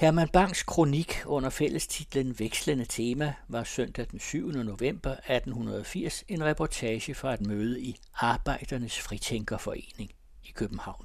Herman Bangs kronik under fællestitlen Vekslende tema var søndag den 7. november 1880 en reportage fra et møde i Arbejdernes Fritænkerforening i København.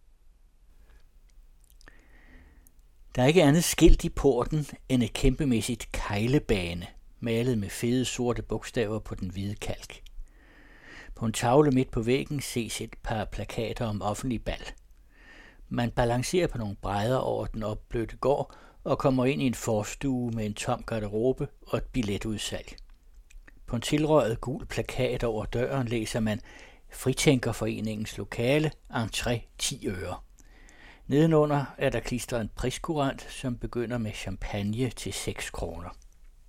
Der er ikke andet skilt i porten end et kæmpemæssigt kejlebane, malet med fede sorte bogstaver på den hvide kalk. På en tavle midt på væggen ses et par plakater om offentlig bal. Man balancerer på nogle brædder over den opblødte gård og kommer ind i en forstue med en tom garderobe og et billetudsalg. På en tilrøget gul plakat over døren læser man Fritænkerforeningens lokale, entré 10 øre. Nedenunder er der klistret en priskurant, som begynder med champagne til 6 kroner.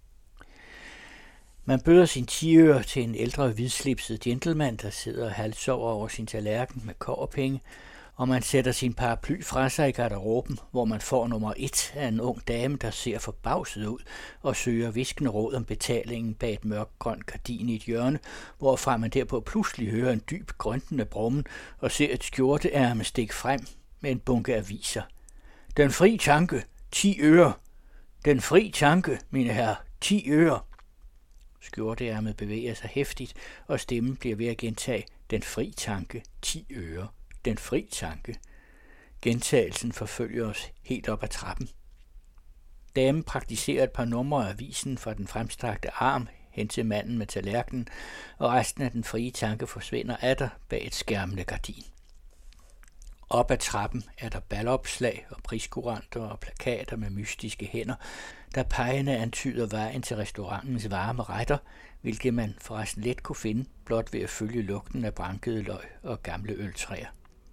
Man bøder sin 10 øre til en ældre hvidslipset gentleman, der sidder og halvsover over sin tallerken med kobberpenge, og man sætter sin paraply fra sig i garderoben, hvor man får nummer 1 af en ung dame, der ser forbavset ud og søger hviskende råd om betalingen bag et mørkgrønt gardin i et hjørne, hvorfra man derpå pludselig hører en dyb grøntende brummen og ser et skjorteærme stikke frem med en bunke aviser. Den fri tanke, 10 øre. Den fri tanke, mine herrer, 10 øre. Skjorteærmet bevæger sig heftigt, og stemmen bliver ved at gentage den fri tanke, 10 øre. Den fri tanke. Gentagelsen forfølger os helt op ad trappen. Damen praktiserer et par numre af avisen fra den fremstrakte arm hen til manden med tallerkenen, og resten af den frie tanke forsvinder atter bag et skærmende gardin. Op ad trappen er der ballopslag og priskuranter og plakater med mystiske hænder, der pegende antyder vejen til restaurantens varme retter, hvilket man forresten let kunne finde, blot ved at følge lugten af brankede løg og gamle øltræer.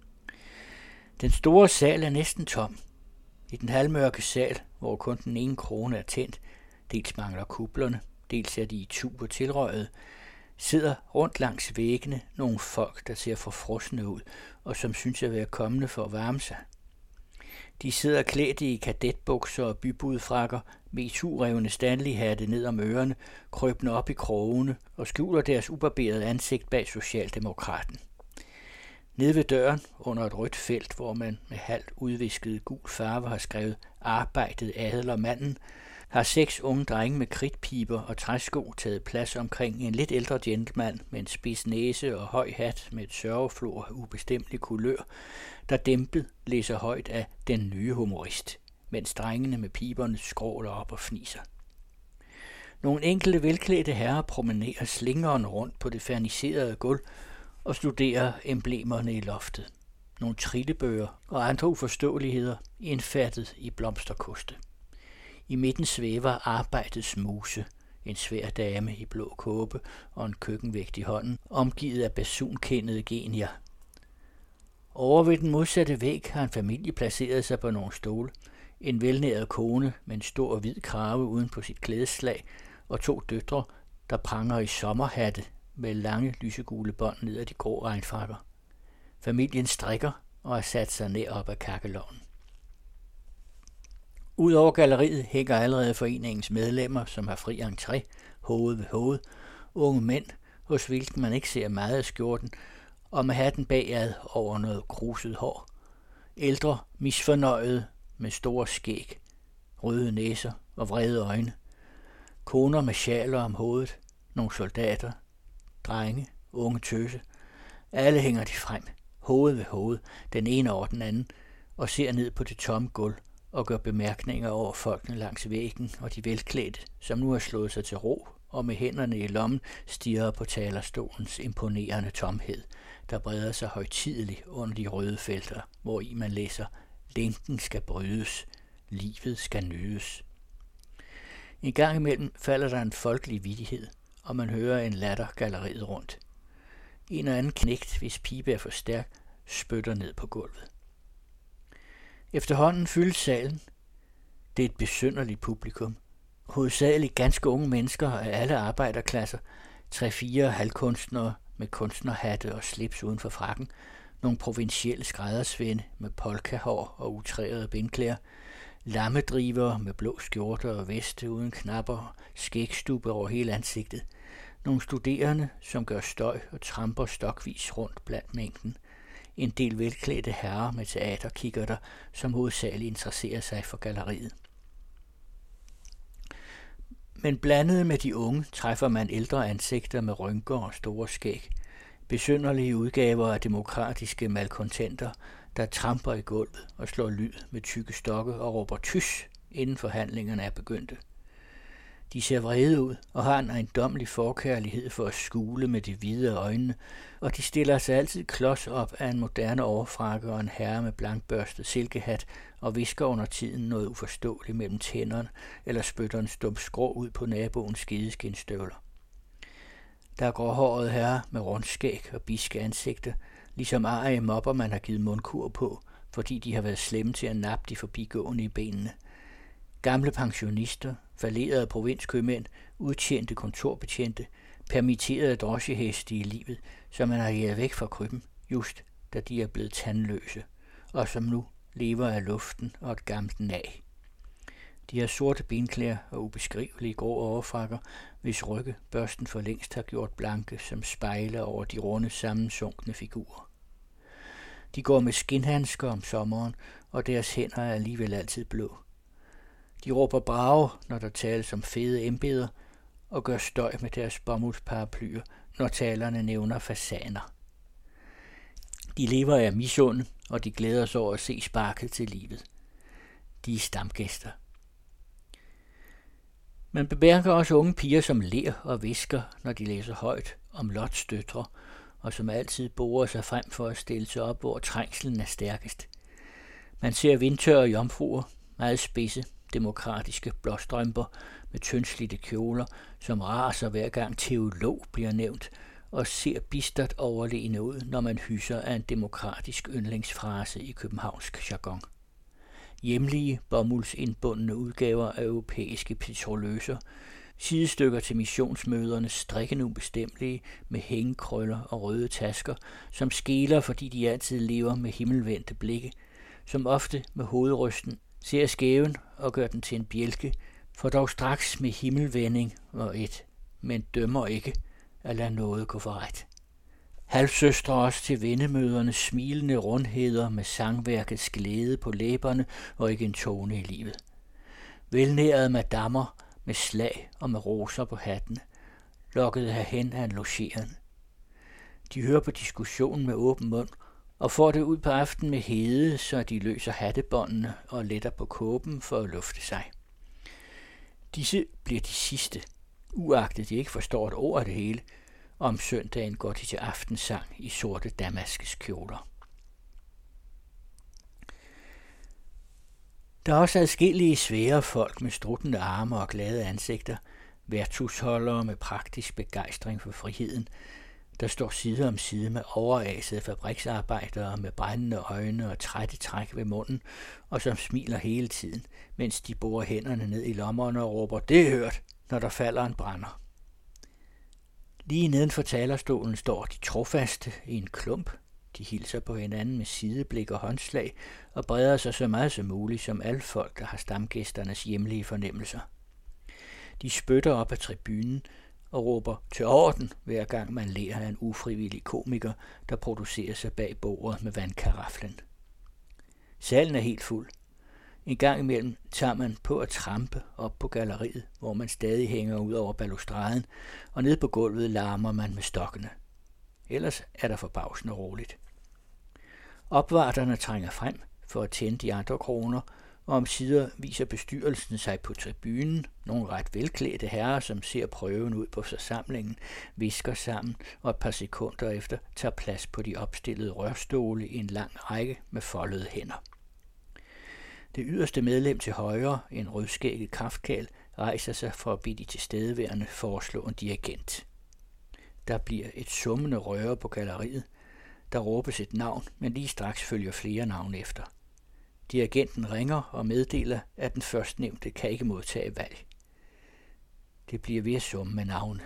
Den store sal er næsten tom. I den halvmørke sal, hvor kun den ene krone er tændt, dels mangler kuplerne, dels er de i tuber tilrøget, sidder rundt langs væggene nogle folk, der ser forfrosne ud, og som synes at være kommende for at varme sig. De sidder klædt i kadetbukser og bybudfrakker med iturevne Stanley-hatte ned om ørerne, krøbende op i krogene og skjuler deres ubarberede ansigt bag Socialdemokraten. Nede ved døren, under et rødt felt, hvor man med halvt udvisket gul farve har skrevet Arbejdet adler manden, har 6 unge drenge med kridtpiber og træsko taget plads omkring en lidt ældre gentleman med en spids næse og høj hat med et sørgeflor af ubestemmelig kulør, der dæmpet læser højt af den nye humorist, mens drengene med piberne skråler op og fniser. Nogle enkelte velklædte herrer promenerer slingeren rundt på det ferniserede gulv og studerer emblemerne i loftet. Nogle trillebøger og andre uforståeligheder indfattet i blomsterkoste. I midten svæver arbejdets muse, en svær dame i blå kåbe og en køkkenvægt i hånden, omgivet af basunkendede genier. Over ved den modsatte væg har en familie placeret sig på nogle stole. En velnæret kone med en stor hvid krave uden på sit klædeslag, og 2 døtre, der pranger i sommerhatte med lange lysegule bånd ned ad de grå regnfrakker. Familien strikker og har sat sig ned op ad kakkelovnen. Udover galleriet hænger allerede foreningens medlemmer, som har fri entré, hoved ved hoved, unge mænd, hos hvilken man ikke ser meget af skjorten, og med hatten bagad over noget kruset hår. Ældre, misfornøjede, med store skæg, røde næser og vrede øjne. Koner med sjaler om hovedet, nogle soldater, drenge, unge tøse. Alle hænger de frem, hoved ved hoved, den ene over den anden, og ser ned på det tomme gulv og gør bemærkninger over folkene langs væggen og de velklædte, som nu har slået sig til ro og med hænderne i lommen stirrer på talerstolens imponerende tomhed, der breder sig højtideligt under de røde felter, hvor i man læser, lænken skal brydes, livet skal nydes. En gang imellem falder der en folkelig vittighed, og man hører en latter galleriet rundt. En og anden knægt, hvis pibe er for stærk, spytter ned på gulvet. Efterhånden fyldes salen. Det er et besynderligt publikum. Hovedsageligt ganske unge mennesker af alle arbejderklasser, 3-4 halvkunstnere med kunstnerhatte og slips uden for frakken, nogle provinsielle skræddersvende med polkahår og utrærede bindklæder, lammedrivere med blå skjorter og veste uden knapper, skægstube over hele ansigtet, nogle studerende, som gør støj og tramper stokvis rundt blandt mængden, en del velklædte herrer med teaterkikkerter, som hovedsageligt interesserer sig for galleriet. Men blandet med de unge træffer man ældre ansigter med rynker og store skæg, besynderlige udgaver af demokratiske malkontenter, der tramper i gulvet og slår lyd med tykke stokke og råber tys, inden forhandlingerne er begyndte. De ser vrede ud og har en ejendommelig forkærlighed for at skule med de hvide øjne, og de stiller sig altid klods op af en moderne overfrakke og en herre med blankbørstet silkehat og visker under tiden noget uforståeligt mellem tænderne eller spytter en stump skrå ud på naboens skideskinstøvler. Der er gråhårede herrer med rundskæg og biske ansigter, ligesom arige mopper, man har givet mundkur på, fordi de har været slemme til at nappe de forbigående i benene. Gamle pensionister, fallerede provinskøbmænd, udtjente kontorbetjente, permitterede drosjeheste i livet, som man har jæget væk fra krybben, just da de er blevet tandløse, og som nu lever af luften og et gammelt nag. De har sorte benklæder og ubeskrivelige grå overfrakker, hvis rygge børsten for længst har gjort blanke som spejler over de runde sammensunkne figurer. De går med skinhandsker om sommeren, og deres hænder er alligevel altid blå. De råber brage, når der tales om fede embeder, og gør støj med deres bomuldsparaplyer, når talerne nævner fasaner. De lever af misunde, og de glæder sig over at se sparket til livet. De er stamgæster. Man bemærker også unge piger, som ler og visker, når de læser højt om Lots døtre, og som altid borer sig frem for at stille sig op, hvor trængslen er stærkest. Man ser vindtørre jomfruer, meget spidse, demokratiske blåstrømper med tyndslidte kjoler, som raser hver gang teolog bliver nævnt, og ser bistert overlegne ud, når man hyser af en demokratisk yndlingsfrase i københavnsk jargon. Hjemlige, bomuldsindbundne udgaver af europæiske petroløser, sidestykker til missionsmødernes strikkende ubestemmelige med hængekrøller og røde tasker, som skeler, fordi de altid lever med himmelvendte blikke, som ofte med hovedrysten ser skæven og gør den til en bjælke, for dog straks med himmelvending og men dømmer ikke at lade noget gå for ret. Halvsøstre også til vendemødernes smilende rundheder med sangværkets glæde på læberne og ikke en tone i livet. Velnærede madammer med slag og med roser på hatten, lokkede herhen af en logerende. De hører på diskussionen med åben mund og får det ud på aftenen med hede, så de løser hattebåndene og letter på kåben for at lufte sig. Disse bliver de sidste, uagtet de ikke forstår et ord af det hele. Om søndagen går de til aftensang i sorte damaskes kjoler. Der er også adskillige svære folk med struttende arme og glade ansigter, værtshusholdere med praktisk begejstring for friheden, der står side om side med overasede fabriksarbejdere med brændende øjne og trætte træk ved munden, og som smiler hele tiden, mens de borer hænderne ned i lommerne og råber, det er hørt, når der falder en brænder. Lige neden for talerstolen står de trofaste i en klump. De hilser på hinanden med sideblik og håndslag og breder sig så meget som muligt som alle folk, der har stamgæsternes hjemlige fornemmelser. De spytter op ad tribunen og råber til orden, hver gang man ler af en ufrivillig komiker, der producerer sig bag bordet med vandkaraflen. Salen er helt fuld. En gang imellem tager man på at trampe op på galleriet, hvor man stadig hænger ud over balustraden, og ned på gulvet larmer man med stokkene. Ellers er der forbavsende roligt. Opvarterne trænger frem for at tænde de andre kroner, og omsider viser bestyrelsen sig på tribunen, nogle ret velklædte herrer, som ser prøven ud på forsamlingen, visker sammen og et par sekunder efter tager plads på de opstillede rørstole i en lang række med foldede hænder. Det yderste medlem til højre, en rødskægget kraftkarl, rejser sig for at bede de tilstedeværende foreslå en dirigent. Der bliver et summende røre på galleriet. Der råbes et navn, men lige straks følger flere navne efter. Dirigenten ringer og meddeler, at den førstnævnte kan ikke modtage valg. Det bliver ved at summe med navne.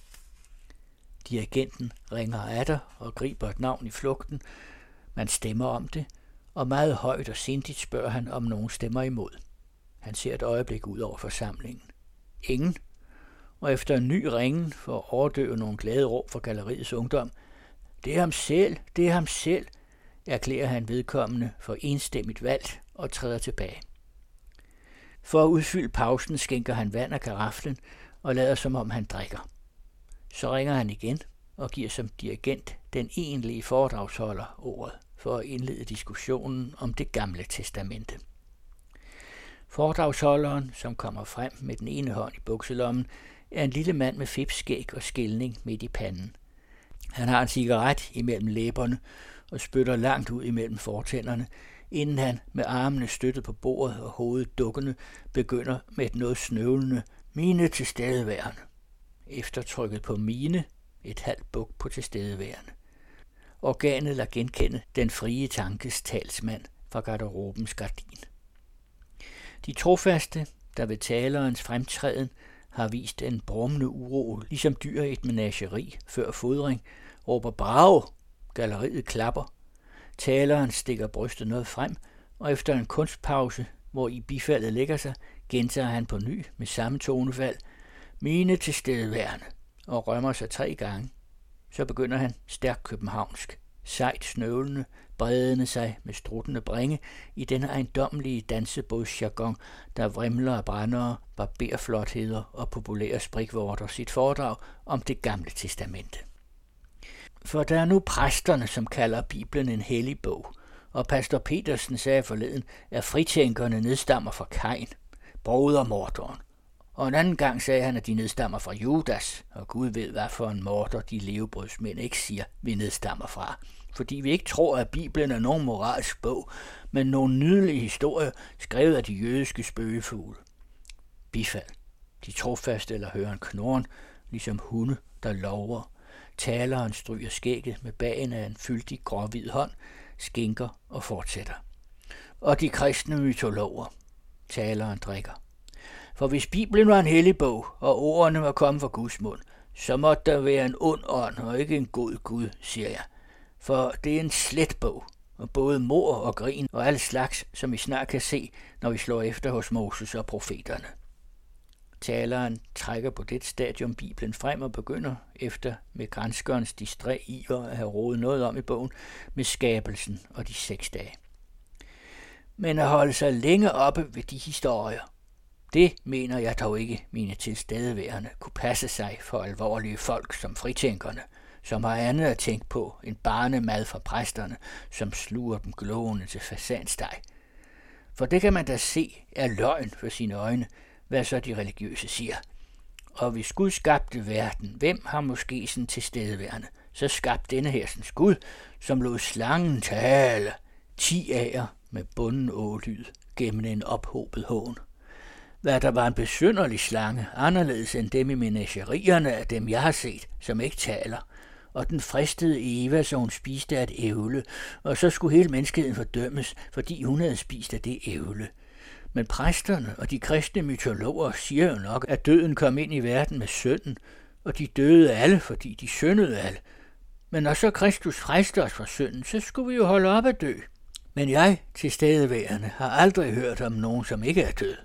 Dirigenten ringer atter og griber et navn i flugten. Man stemmer om det, og meget højt og sindigt spørger han, om nogen stemmer imod. Han ser et øjeblik ud over forsamlingen. Ingen. Og efter en ny ringen for at overdøve nogle glade råb fra galleriets ungdom. Det er ham selv, det er ham selv. erklærer han vedkommende for enstemmigt valgt og træder tilbage. For at udfylde pausen skænker han vand af karaflen og lader som om han drikker. Så ringer han igen og giver som dirigent den egentlige foredragsholder ordet for at indlede diskussionen om det gamle testamente. Foredragsholderen, som kommer frem med den ene hånd i bukselommen, er en lille mand med fipskæg og skilning midt i panden. Han har en cigaret imellem læberne og spytter langt ud imellem fortænderne, inden han med armene støttet på bordet og hovedet dukkende begynder med et noget snøvlende mine tilstedeværende. Eftertrykket på mine, et halvt buk på tilstedeværende. Organet lader genkende den frie tankes talsmand fra garderobens gardin. De trofaste, der ved talerens fremtræden har vist en brummende uro, ligesom dyr i et menageri før fodring, råber bravo, galleriet klapper. Taleren stikker brystet noget frem, og efter en kunstpause, hvor i bifaldet lægger sig, gentager han på ny med samme tonefald, mine tilstedeværende, og rømmer sig 3 gange. Så begynder han stærkt københavnsk, sejt snøvlende, bredende sig med struttende bringe i denne ejendommelige dansebodsjargon, der vrimler af brændere, barberflotheder og populære sprikvorter sit foredrag om det gamle testamente. For der er nu præsterne, som kalder Bibelen en hellig bog, og pastor Petersen sagde forleden, at fritænkerne nedstammer fra Kain, brodermorderen. Og en anden gang sagde han, at de nedstammer fra Judas, og Gud ved, hvad for en morder de levebrødsmænd ikke siger, vi nedstammer fra. Fordi vi ikke tror, at Bibelen er nogen moralsk bog, men nogle nydelige historier, skrevet af de jødiske spøgefugle. Bifald. De trofaste eller hører en knoren, ligesom hunde, der lover. Taleren stryger skægget med bagen af en fyldig gråhvid hånd, skænker og fortsætter. Og de kristne mytologer. Taleren drikker. For hvis Bibelen var en hellig bog, og ordene var kommet fra Guds mund, så måtte der være en ond ånd og ikke en god Gud, siger jeg. For det er en slet bog, og både mor og grin og alle slags, som vi snart kan se, når vi slår efter hos Moses og profeterne. Taleren trækker på det stadium Bibelen frem og begynder, efter med granskerens distræ iver at have rodet noget om i bogen, med skabelsen og de 6 dage. Men at holde sig længe oppe ved de historier, det mener jeg dog ikke, mine tilstedeværende kunne passe sig for alvorlige folk som fritænkerne, som har andet at tænke på end barnemad fra præsterne, som sluger dem glående til fasansteg. For det kan man da se er løgn for sine øjne, hvad så de religiøse siger. Og hvis Gud skabte verden, hvem har måske sådan tilstedeværende, så skabte denne hersens Gud, som lod slangen tale, 10 ager med bunden ålyd gennem en ophobet hån. Hvad der var en besynderlig slange, anderledes end dem i menagerierne af dem, jeg har set, som ikke taler. Og den fristede Eva, så hun spiste af et ævle, og så skulle hele menneskeheden fordømmes, fordi hun havde spist af det ævle. Men præsterne og de kristne mytologer siger jo nok, at døden kom ind i verden med synden, og de døde alle, fordi de syndede alle. Men når så Kristus frelste os fra synden, så skulle vi jo holde op at dø. Men jeg, tilstedeværende, har aldrig hørt om nogen, som ikke er død.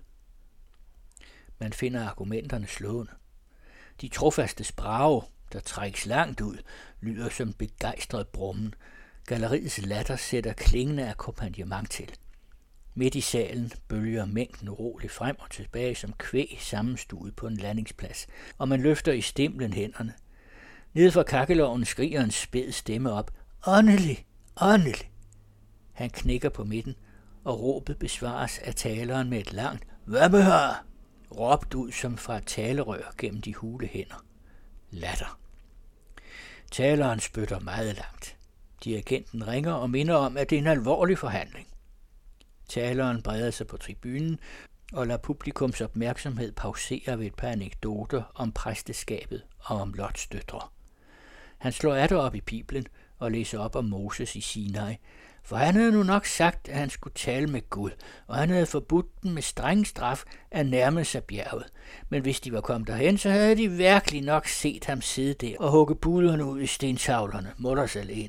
Man finder argumenterne slående. De trofaste brage, der trækkes langt ud, lyder som begejstret brummen. Galleriets latter sætter klingende akkompagnement til. Midt i salen bølger mængden uroligt frem og tilbage som kvæg sammenstuet på en landingsplads, og man løfter i stimlen hænderne. Nede fra kakkeloven skriger en spæd stemme op. Åndelig, åndelig. Han knækker på midten, og råbet besvares af taleren med et langt hvad behør? Råbt ud som fra et talerør gennem de hule hænder. Latter. Taleren spytter meget langt. Dirigenten ringer og minder om, at det er en alvorlig forhandling. Taleren breder sig på tribunen og lader publikums opmærksomhed pausere ved et par anekdoter om præsteskabet og om Lots døtre. Han slår atter op i Bibelen og læser op om Moses i Sinai, for han havde nu nok sagt, at han skulle tale med Gud, og han havde forbudt dem med streng straf at nærme sig bjerget. Men hvis de var kommet derhen, så havde de virkelig nok set ham sidde der og hugge buderne ud i stentavlerne, mutters alene.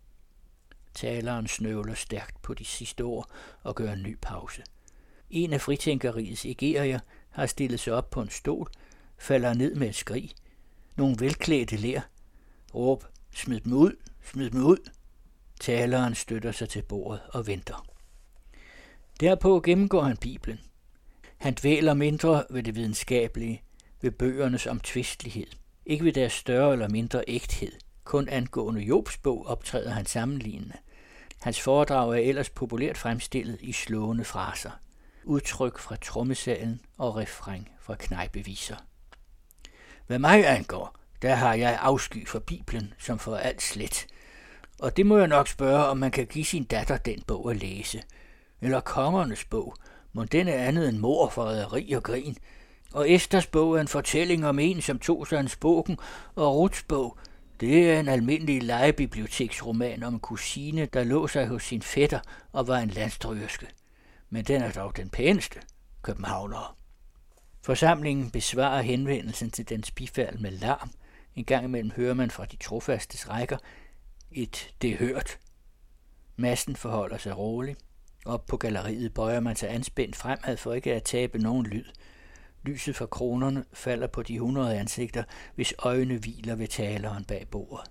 Taleren snøvler stærkt på de sidste ord og gør en ny pause. En af fritænkeriets egerier har stillet sig op på en stol, falder ned med et skrig. Nogle velklædte ler. Råb, smid dem ud, smid dem ud. Taleren støtter sig til bordet og venter. Derpå gennemgår han Bibelen. Han dvæler mindre ved det videnskabelige, ved bøgernes omtvistelighed, ikke ved deres større eller mindre ægthed. Kun angående Jobs bog optræder han sammenlignende. Hans foredrag er ellers populært fremstillet i slående fraser, udtryk fra trommesalen og refræng fra knejpeviser. Hvad mig angår, der har jeg afsky for Bibelen som for alt slet. Og det må jeg nok spørge, om man kan give sin datter den bog at læse. Eller kongernes bog, må den er andet end mord, forræderi og grin. Og Esters bog er en fortælling om en, som tog sig en spoken, og Ruths bog, det er en almindelig lejebiblioteksroman om en kusine, der lå sig hos sin fætter og var en landstrygerske. Men den er dog den pæneste, københavnere. Forsamlingen besvarer henvendelsen til dens bifald med larm. En gang imellem hører man fra de trofastes rækker det er hørt. Massen forholder sig roligt. Op på galleriet bøjer man sig anspændt fremad for ikke at tabe nogen lyd. Lyset fra kronerne falder på de 100 ansigter, hvis øjne hviler ved taleren bag bordet.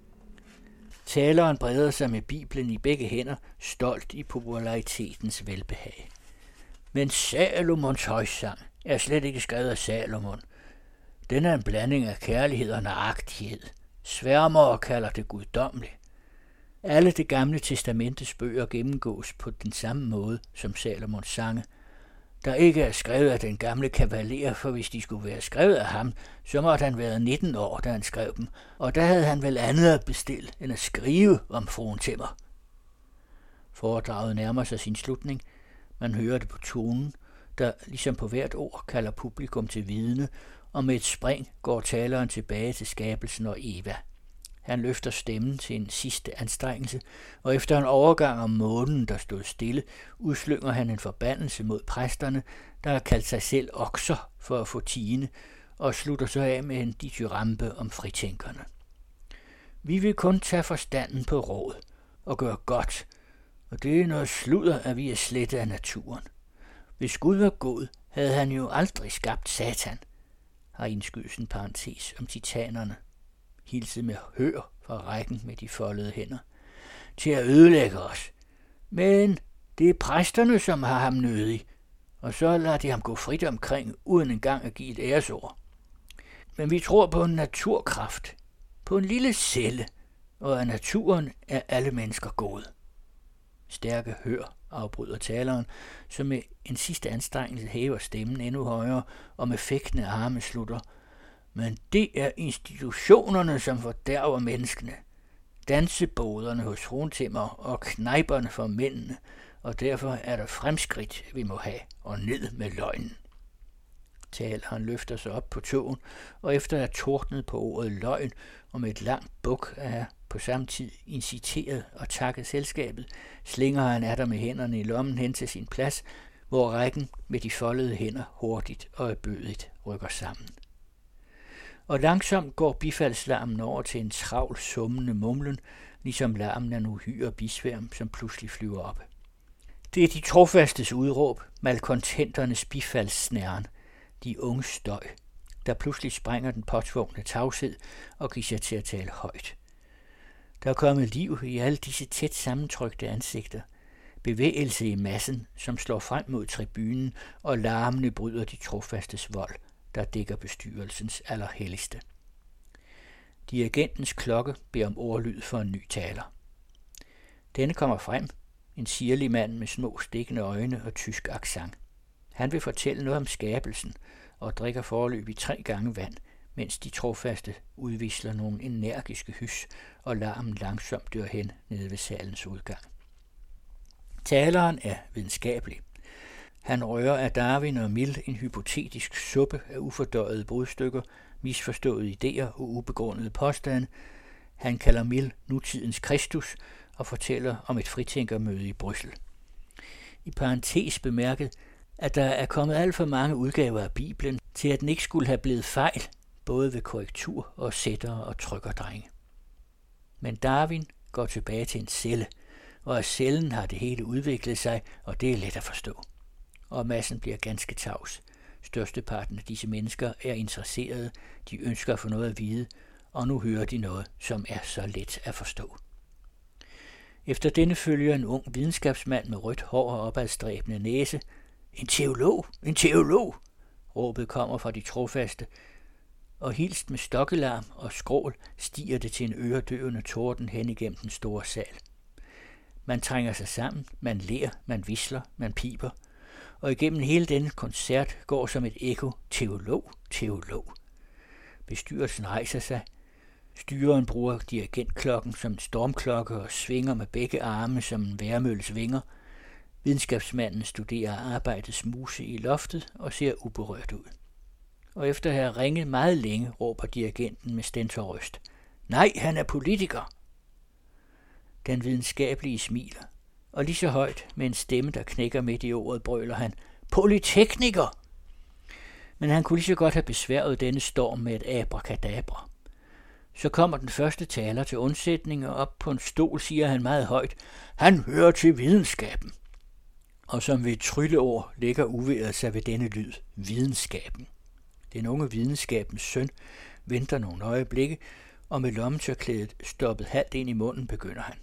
Taleren breder sig med Bibelen i begge hænder, stolt i popularitetens velbehag. Men Salomons højsang er slet ikke skrevet af Salomon. Den er en blanding af kærlighed og nøjagtighed. Sværmere kalder det guddommeligt. Alle det gamle testamentes bøger gennemgås på den samme måde som Salomons sange, der ikke er skrevet af den gamle kavaler, for hvis de skulle være skrevet af ham, så måtte han være 19 år, da han skrev dem, og der havde han vel andet at bestille, end at skrive om fruen Timmer. Foredraget nærmer sig sin slutning. Man hører det på tonen, der ligesom på hvert ord kalder publikum til vidne, og med et spring går taleren tilbage til skabelsen og Eva. Han løfter stemmen til en sidste anstrengelse, og efter en overgang om månen, der stod stille, udslynger han en forbandelse mod præsterne, der har kaldt sig selv okser for at få tiende, og slutter så af med en dithyrambe om fritænkerne. Vi vil kun tage forstanden på råd og gøre godt, og det er noget sludder, at vi er slette af naturen. Hvis Gud var god, havde han jo aldrig skabt Satan, har indskydes en parentes om titanerne, hilset med hør fra rækken med de foldede hænder, til at ødelægge os. Men det er præsterne, som har ham nødig, og så lader de ham gå frit omkring, uden engang at give et æresord. Men vi tror på en naturkraft, på en lille celle, og af naturen er alle mennesker gode. Stærke hør, afbryder taleren, som med en sidste anstrengelse hæver stemmen endnu højere, og med fægtende arme slutter. Men det er institutionerne, som fordærver menneskene. Danseboderne hos fruen Timmer og knejperne for mændene, og derfor er der fremskridt, vi må have, og ned med løgnen. Taleren løfter sig op på tåen, og efter at have tordnet på ordet løgn, og med et langt buk er på samme tid inciteret og takket selskabet, slinger han atter med hænderne i lommen hen til sin plads, hvor rækken med de foldede hænder hurtigt og ærbødigt rykker sammen. Og langsomt går bifaldslarmen over til en travl summende mumlen, ligesom larmen af en uhyre bisværm, som pludselig flyver op. Det er de trofastes udråb, malkontenternes bifaldssnæren, de unge støj, der pludselig sprænger den påtvungne tavshed og giver sig til at tale højt. Der er kommet liv i alle disse tæt sammentrykte ansigter, bevægelse i massen, som slår frem mod tribunen, og larmende bryder de trofastes vold, der dækker bestyrelsens allerhelligste. Dirigentens klokke beder om ordlyd for en ny taler. Denne kommer frem, en sirlig mand med små stikkende øjne og tysk accent. Han vil fortælle noget om skabelsen og drikker foreløbig 3 gange vand, mens de trofaste udvisler nogle energiske hys, og larmen langsomt dør hen nede ved salens udgang. Taleren er videnskabelig. Han rører af Darwin og Mill en hypotetisk suppe af ufordøjede brudstykker, misforståede idéer og ubegrundede påstande. Han kalder Mill nutidens Kristus og fortæller om et fritænkermøde i Bryssel. I parentes bemærket, at der er kommet alt for mange udgaver af Bibelen til, at den ikke skulle have blevet fejl, både ved korrektur og sættere og trykkerdrenge. Men Darwin går tilbage til en celle, og af cellen har det hele udviklet sig, og det er let at forstå. Og massen bliver ganske tavs. Størsteparten af disse mennesker er interesserede, de ønsker at få noget at vide, og nu hører de noget, som er så let at forstå. Efter denne følger en ung videnskabsmand med rødt hår og opadstræbende næse. En teolog! En teolog! Råbet kommer fra de trofaste, og hilst med stokkelarm og skrål stiger det til en øredøvende torden hen igennem den store sal. Man trænger sig sammen, man ler, man visler, man piber, og igennem hele denne koncert går som et ekko teolog, teolog. Bestyrelsen rejser sig. Styreren bruger dirigentklokken som en stormklokke og svinger med begge arme som en vejrmølles vinger. Videnskabsmanden studerer arbejdets muse i loftet og ser uberørt ud. Og efter at have ringet meget længe, råber dirigenten med stentorrøst. Nej, han er politiker! Den videnskabelige smiler, og lige så højt med en stemme, der knækker midt i ordet, brøler han. Polytekniker! Men han kunne lige så godt have besværet denne storm med et abracadabra. Så kommer den første taler til undsætning, og op på en stol siger han meget højt. Han hører til videnskaben. Og som ved et trylleord lægger uvejret sig ved denne lyd, videnskaben. Den unge videnskabens søn venter nogle øjeblikke, og med lommetørklædet stoppet halvt ind i munden begynder han.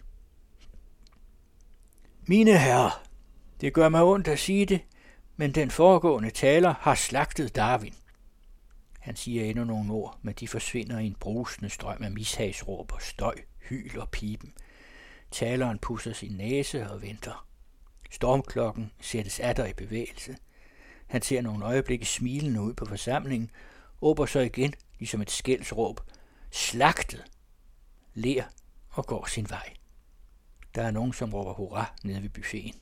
Mine herrer, det gør mig ondt at sige det, men den foregående taler har slagtet Darwin. Han siger endnu nogle ord, men de forsvinder i en brusende strøm af mishagsråb og støj, hyl og piben. Taleren pusser sin næse og venter. Stormklokken sættes atter i bevægelse. Han ser nogle øjeblikke smilende ud på forsamlingen, råber så igen, ligesom et skældsråb, slagtet, ler og går sin vej. Der er nogen, som råber hurra nede ved buffeten.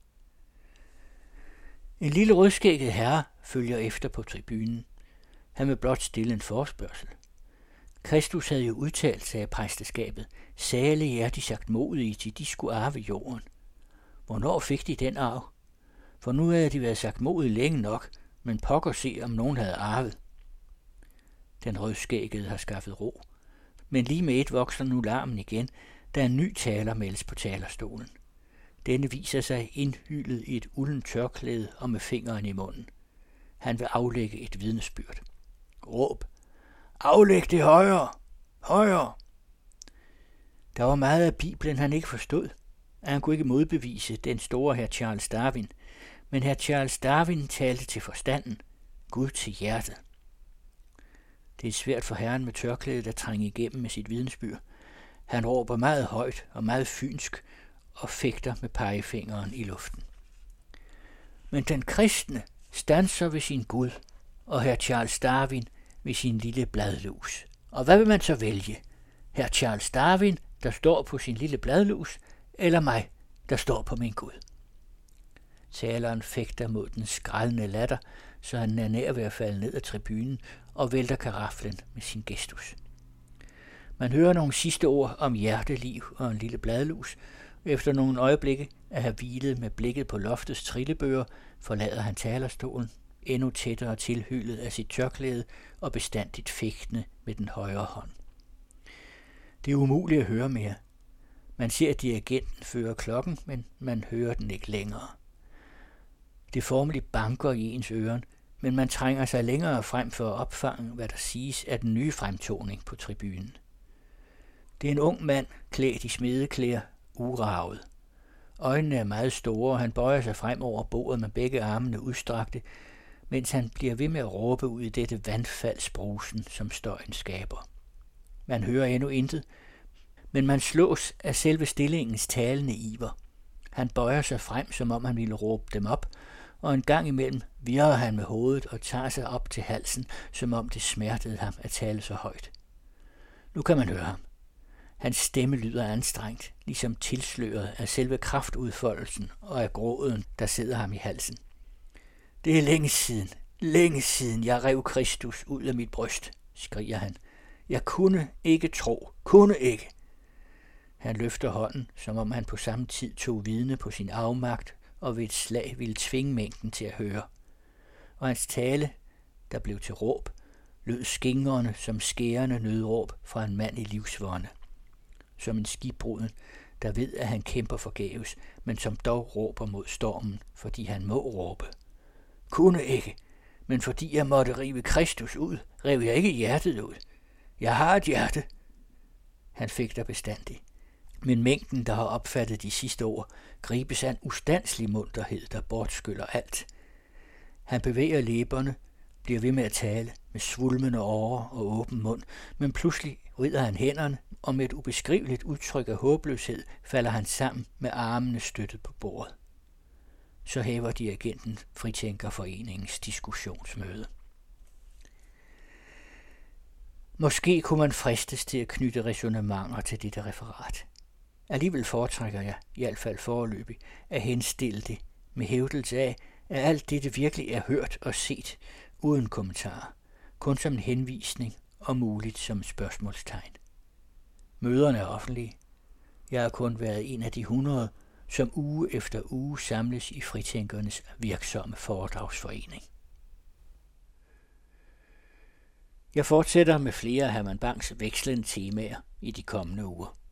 En lille rødskægget herre følger efter på tribunen. Han vil blot stille en forespørgsel. Kristus havde jo udtalt, sagde præsteskabet, salige er de sagtmodige, til de skulle arve jorden. Hvornår fik de den arv? For nu havde de været sagtmodige længe nok, men pokker se, om nogen havde arvet. Den rødskæggede har skaffet ro, men lige med et vokser nu larmen igen, da en ny taler meldes på talerstolen. Denne viser sig indhyllet i et uldent tørklæde og med fingeren i munden. Han vil aflægge et vidnesbyrd. Råb. Aflæg det højere! Højere! Der var meget af Bibelen, han ikke forstod. Han kunne ikke modbevise den store herr Charles Darwin, men herr Charles Darwin talte til forstanden, Gud til hjertet. Det er svært for herren med tørklædet at trænge igennem med sit vidnesbyrd. Han råber meget højt og meget fynsk og fægter med pegefingeren i luften. Men den kristne standser ved sin Gud, og herr Charles Darwin ved sin lille bladlus. Og hvad vil man så vælge? Herr Charles Darwin, der står på sin lille bladlus, eller mig, der står på min Gud? Taleren fægter mod den skrællende latter, så han er nær ved at falde ned ad tribunen og vælter karaflen med sin gestus. Man hører nogle sidste ord om hjerteliv og en lille bladlus, og efter nogle øjeblikke at have hvilet med blikket på loftets trillebøger, forlader han talerstolen, endnu tættere tilhyllet af sit tørklæde og bestandigt fægtende med den højre hånd. Det er umuligt at høre mere. Man ser dirigenten føre klokken, men man hører den ikke længere. Det formeligt banker i ens øren, men man trænger sig længere frem for at opfange, hvad der siges af den nye fremtoning på tribunen. Det er en ung mand, klædt i smedeklæder, uravet. Øjnene er meget store, og han bøjer sig frem over bordet med begge armene udstrakte, mens han bliver ved med at råbe ud i dette vandfaldsbrusen, som støjen skaber. Man hører endnu intet, men man slås af selve stillingens talende iver. Han bøjer sig frem, som om han ville råbe dem op, og en gang imellem virrer han med hovedet og tager sig op til halsen, som om det smertede ham at tale så højt. Nu kan man høre ham. Hans stemme lyder anstrengt, ligesom tilsløret af selve kraftudfoldelsen og af gråden, der sidder ham i halsen. Det er længe siden, jeg rev Kristus ud af mit bryst, skriger han. Jeg kunne ikke. Han løfter hånden, som om han på samme tid tog vidne på sin afmagt og ved et slag ville tvinge mængden til at høre. Og hans tale, der blev til råb, lød skingrende som skærende nødråb fra en mand i livsvånde. Som en skibbruden, der ved, at han kæmper forgæves, men som dog råber mod stormen, fordi han må råbe. Kunne ikke, men fordi jeg måtte rive Kristus ud, rev jeg ikke hjertet ud. Jeg har et hjerte. Han fægter bestandigt. Men mængden, der har opfattet de sidste ord, gribes af en ustanselig munterhed, der bortskyller alt. Han bevæger læberne, bliver ved med at tale med svulmende årer og åben mund, men pludselig vrider han hænderne, og med et ubeskriveligt udtryk af håbløshed falder han sammen med armene støttet på bordet. Så hæver dirigenten Fritænkerforeningens diskussionsmøde. Måske kunne man fristes til at knytte ræsonnementer til dette referat. Alligevel foretrækker jeg, i hvert fald foreløbig, at henstille det med hævdelse af, at alt dette virkelig er hørt og set, uden kommentarer, kun som en henvisning og muligt som et spørgsmålstegn. Møderne er offentlige. Jeg har kun været en af de 100, som uge efter uge samles i Fritænkernes virksomme foredragsforening. Jeg fortsætter med flere af Herman Bangs vekslende temaer i de kommende uger.